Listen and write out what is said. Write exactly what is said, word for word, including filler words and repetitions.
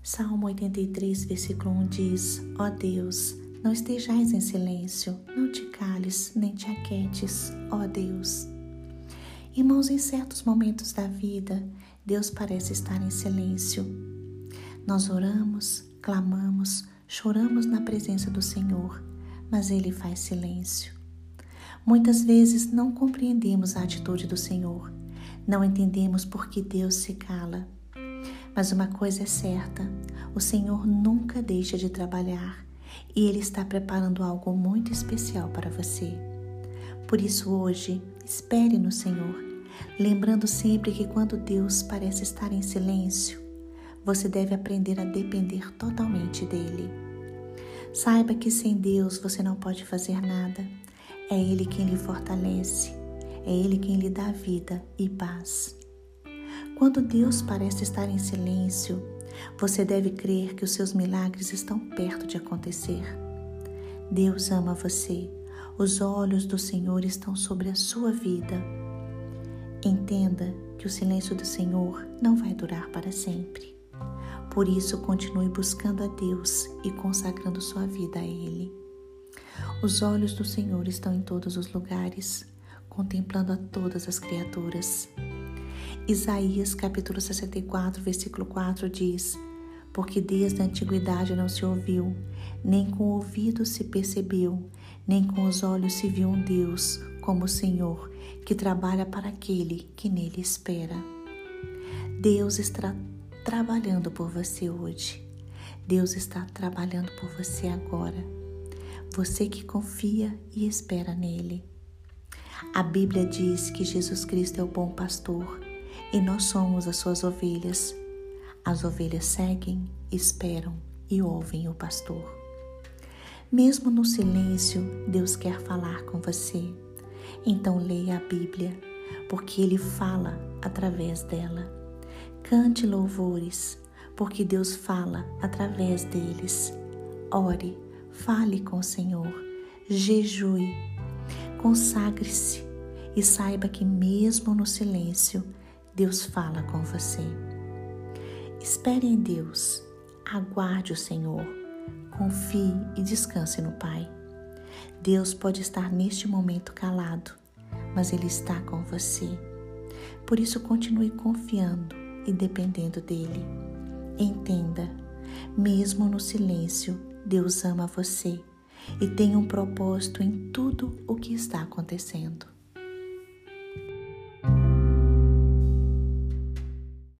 Salmo oitenta e três, versículo um diz: Ó Deus, não estejais em silêncio, não te cales, nem te aquietes, ó Deus. Irmãos, em certos momentos da vida, Deus parece estar em silêncio. Nós oramos, clamamos, choramos na presença do Senhor, mas Ele faz silêncio. Muitas vezes não compreendemos a atitude do Senhor, não entendemos por que Deus se cala. Mas uma coisa é certa, o Senhor nunca deixa de trabalhar e Ele está preparando algo muito especial para você. Por isso hoje, espere no Senhor, lembrando sempre que quando Deus parece estar em silêncio, você deve aprender a depender totalmente dEle. Saiba que sem Deus você não pode fazer nada. É Ele quem lhe fortalece, é Ele quem lhe dá vida e paz. Quando Deus parece estar em silêncio, você deve crer que os seus milagres estão perto de acontecer. Deus ama você, os olhos do Senhor estão sobre a sua vida. Entenda que o silêncio do Senhor não vai durar para sempre. Por isso, continue buscando a Deus e consagrando sua vida a Ele. Os olhos do Senhor estão em todos os lugares, contemplando a todas as criaturas. Isaías capítulo sessenta e quatro, versículo quatro diz: Porque desde a antiguidade não se ouviu, nem com o ouvido se percebeu, nem com os olhos se viu um Deus como o Senhor, que trabalha para aquele que nele espera. Deus está trabalhando por você hoje. Deus está trabalhando por você agora. Você que confia e espera nele. A Bíblia diz que Jesus Cristo é o bom pastor e nós somos as suas ovelhas. As ovelhas seguem, esperam e ouvem o pastor. Mesmo no silêncio, Deus quer falar com você. Então leia a Bíblia, porque Ele fala através dela. Cante louvores, porque Deus fala através deles. Ore, fale com o Senhor, jejue, consagre-se e saiba que mesmo no silêncio, Deus fala com você. Espere em Deus, aguarde o Senhor, confie e descanse no Pai. Deus pode estar neste momento calado, mas Ele está com você. Por isso, continue confiando e dependendo dEle. Entenda, mesmo no silêncio, Deus ama você e tem um propósito em tudo o que está acontecendo.